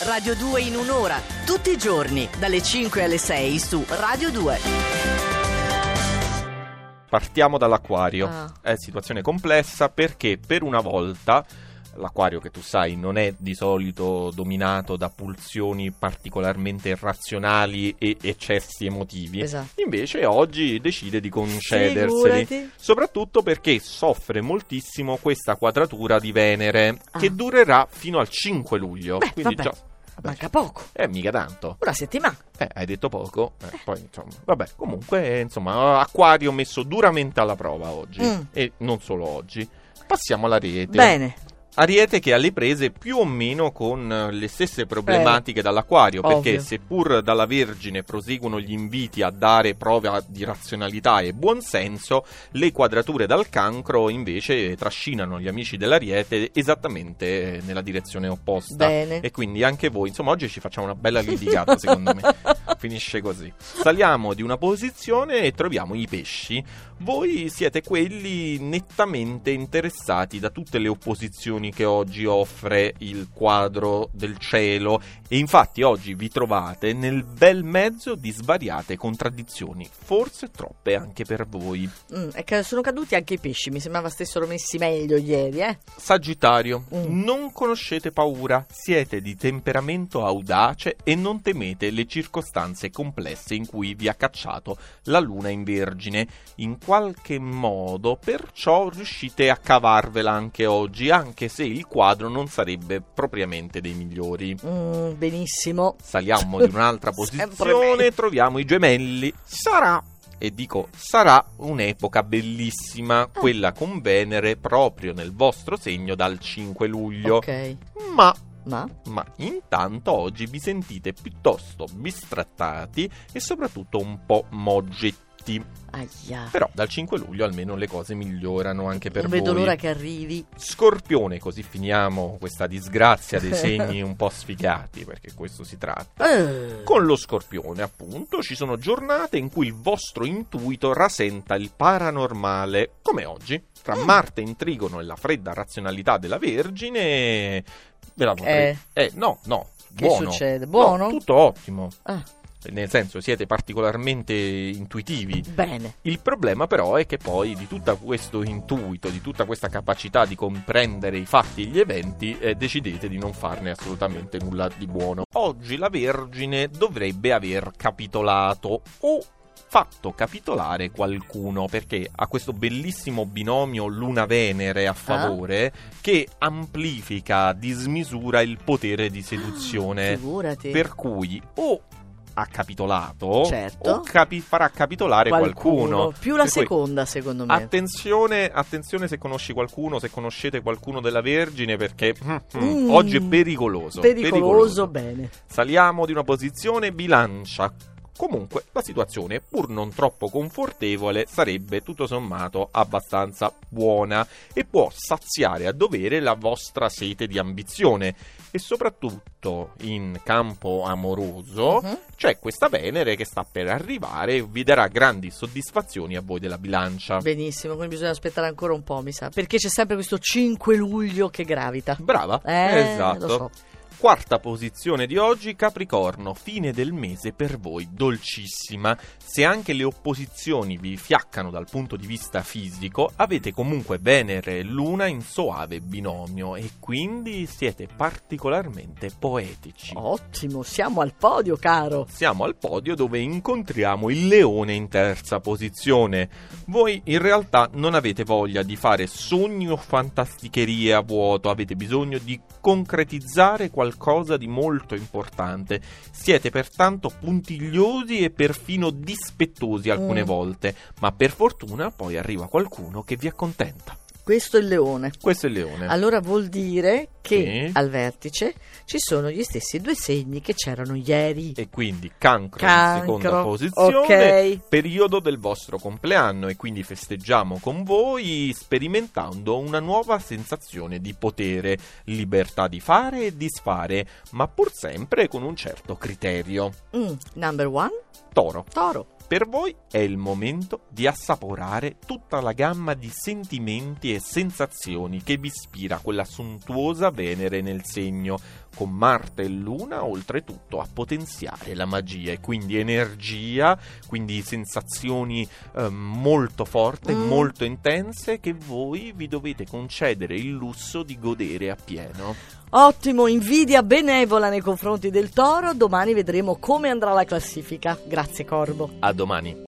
Radio 2 in un'ora, tutti i giorni, dalle 5 alle 6 su Radio 2. Partiamo dall'acquario. È situazione complessa perché per una volta l'acquario, che tu sai, non è di solito dominato da pulsioni particolarmente irrazionali e eccessi emotivi. Esatto. Invece oggi decide di concederseli. Figurati. Soprattutto perché soffre moltissimo questa quadratura di Venere, che durerà fino al 5 luglio. Beh, Quindi vabbè. già... Manca poco. Mica tanto. Una settimana. Hai detto poco. Poi, insomma, vabbè, comunque, insomma, acquario messo duramente alla prova oggi. E non solo oggi. Passiamo all'Ariete. Bene. Ariete che ha le prese più o meno con le stesse problematiche dall'acquario, perché ovvio. seppur dalla Vergine proseguono gli inviti a dare prova di razionalità e buonsenso, le quadrature dal Cancro invece trascinano gli amici dell'Ariete esattamente nella direzione opposta. Bene. E quindi anche voi, insomma, oggi ci facciamo una bella litigata, secondo me. Finisce così. Saliamo di una posizione e troviamo i Pesci. Voi siete quelli nettamente interessati da tutte le opposizioni che oggi offre il quadro del cielo, e infatti oggi vi trovate nel bel mezzo di svariate contraddizioni, forse troppe anche per voi. Sono caduti anche i pesci, mi sembrava stessero messi meglio ieri, Sagittario, non conoscete paura, siete di temperamento audace e non temete le circostanze complesse in cui vi ha cacciato la luna in Vergine. In qualche modo perciò riuscite a cavarvela anche oggi, anche se il quadro non sarebbe propriamente dei migliori. Benissimo. Saliamo di un'altra posizione, troviamo i Gemelli. Sarà un'epoca bellissima, quella con Venere proprio nel vostro segno dal 5 luglio. Ok. Ma intanto oggi vi sentite piuttosto bistrattati e soprattutto un po' moggetti. Aia. Però dal 5 luglio almeno le cose migliorano anche per voi. Non vedo l'ora che arrivi. Scorpione, così finiamo questa disgrazia dei segni un po' sfigati, perché questo si tratta. Con lo Scorpione, appunto, ci sono giornate in cui il vostro intuito rasenta il paranormale, come oggi, tra Marte in Trigono e la fredda razionalità della Vergine. Ve la potrei... no. Che buono. succede? Buono? No, tutto ottimo. Nel senso, siete particolarmente intuitivi. Bene. Il problema però è che poi di tutto questo intuito, di tutta questa capacità di comprendere i fatti e gli eventi, decidete di non farne assolutamente nulla di buono. Oggi la Vergine dovrebbe aver capitolato o fatto capitolare qualcuno, perché ha questo bellissimo binomio Luna-Venere a favore che amplifica a dismisura il potere di seduzione. Figurati. Per cui o ha capitolato, certo, o farà capitolare qualcuno. Più la per seconda, secondo me. Attenzione se conosci qualcuno, se conoscete qualcuno della Vergine, perché oggi è pericoloso. Pericoloso, bene. Saliamo di una posizione, Bilancia. Comunque la situazione, pur non troppo confortevole, sarebbe tutto sommato abbastanza buona e può saziare a dovere la vostra sete di ambizione. E soprattutto in campo amoroso c'è questa Venere che sta per arrivare e vi darà grandi soddisfazioni a voi della Bilancia. Benissimo, quindi bisogna aspettare ancora un po', mi sa, perché c'è sempre questo 5 luglio che gravita. Brava, esatto. Lo so. Quarta posizione di oggi, Capricorno, fine del mese per voi dolcissima. Se anche le opposizioni vi fiaccano dal punto di vista fisico, avete comunque Venere e Luna in soave binomio e quindi siete particolarmente poetici. Ottimo, siamo al podio, caro. Siamo al podio dove incontriamo il Leone in terza posizione. Voi in realtà non avete voglia di fare sogni o fantasticherie a vuoto, avete bisogno di concretizzare qualcosa di molto importante. Siete pertanto puntigliosi e perfino dispettosi alcune volte, ma per fortuna poi arriva qualcuno che vi accontenta. Questo è il Leone. Questo è il Leone. Allora vuol dire che al vertice ci sono gli stessi due segni che c'erano ieri. E quindi Cancro in seconda posizione, ok. Periodo del vostro compleanno, e quindi festeggiamo con voi sperimentando una nuova sensazione di potere, libertà di fare e disfare, ma pur sempre con un certo criterio. Number one? Toro. Per voi è il momento di assaporare tutta la gamma di sentimenti e sensazioni che vi ispira quella sontuosa Venere nel segno. con Marte e Luna, oltretutto a potenziare la magia e quindi energia, quindi sensazioni molto forti, molto intense, che voi vi dovete concedere il lusso di godere appieno. Ottimo, invidia benevola nei confronti del Toro. Domani vedremo come andrà la classifica. Grazie Corbo. A domani.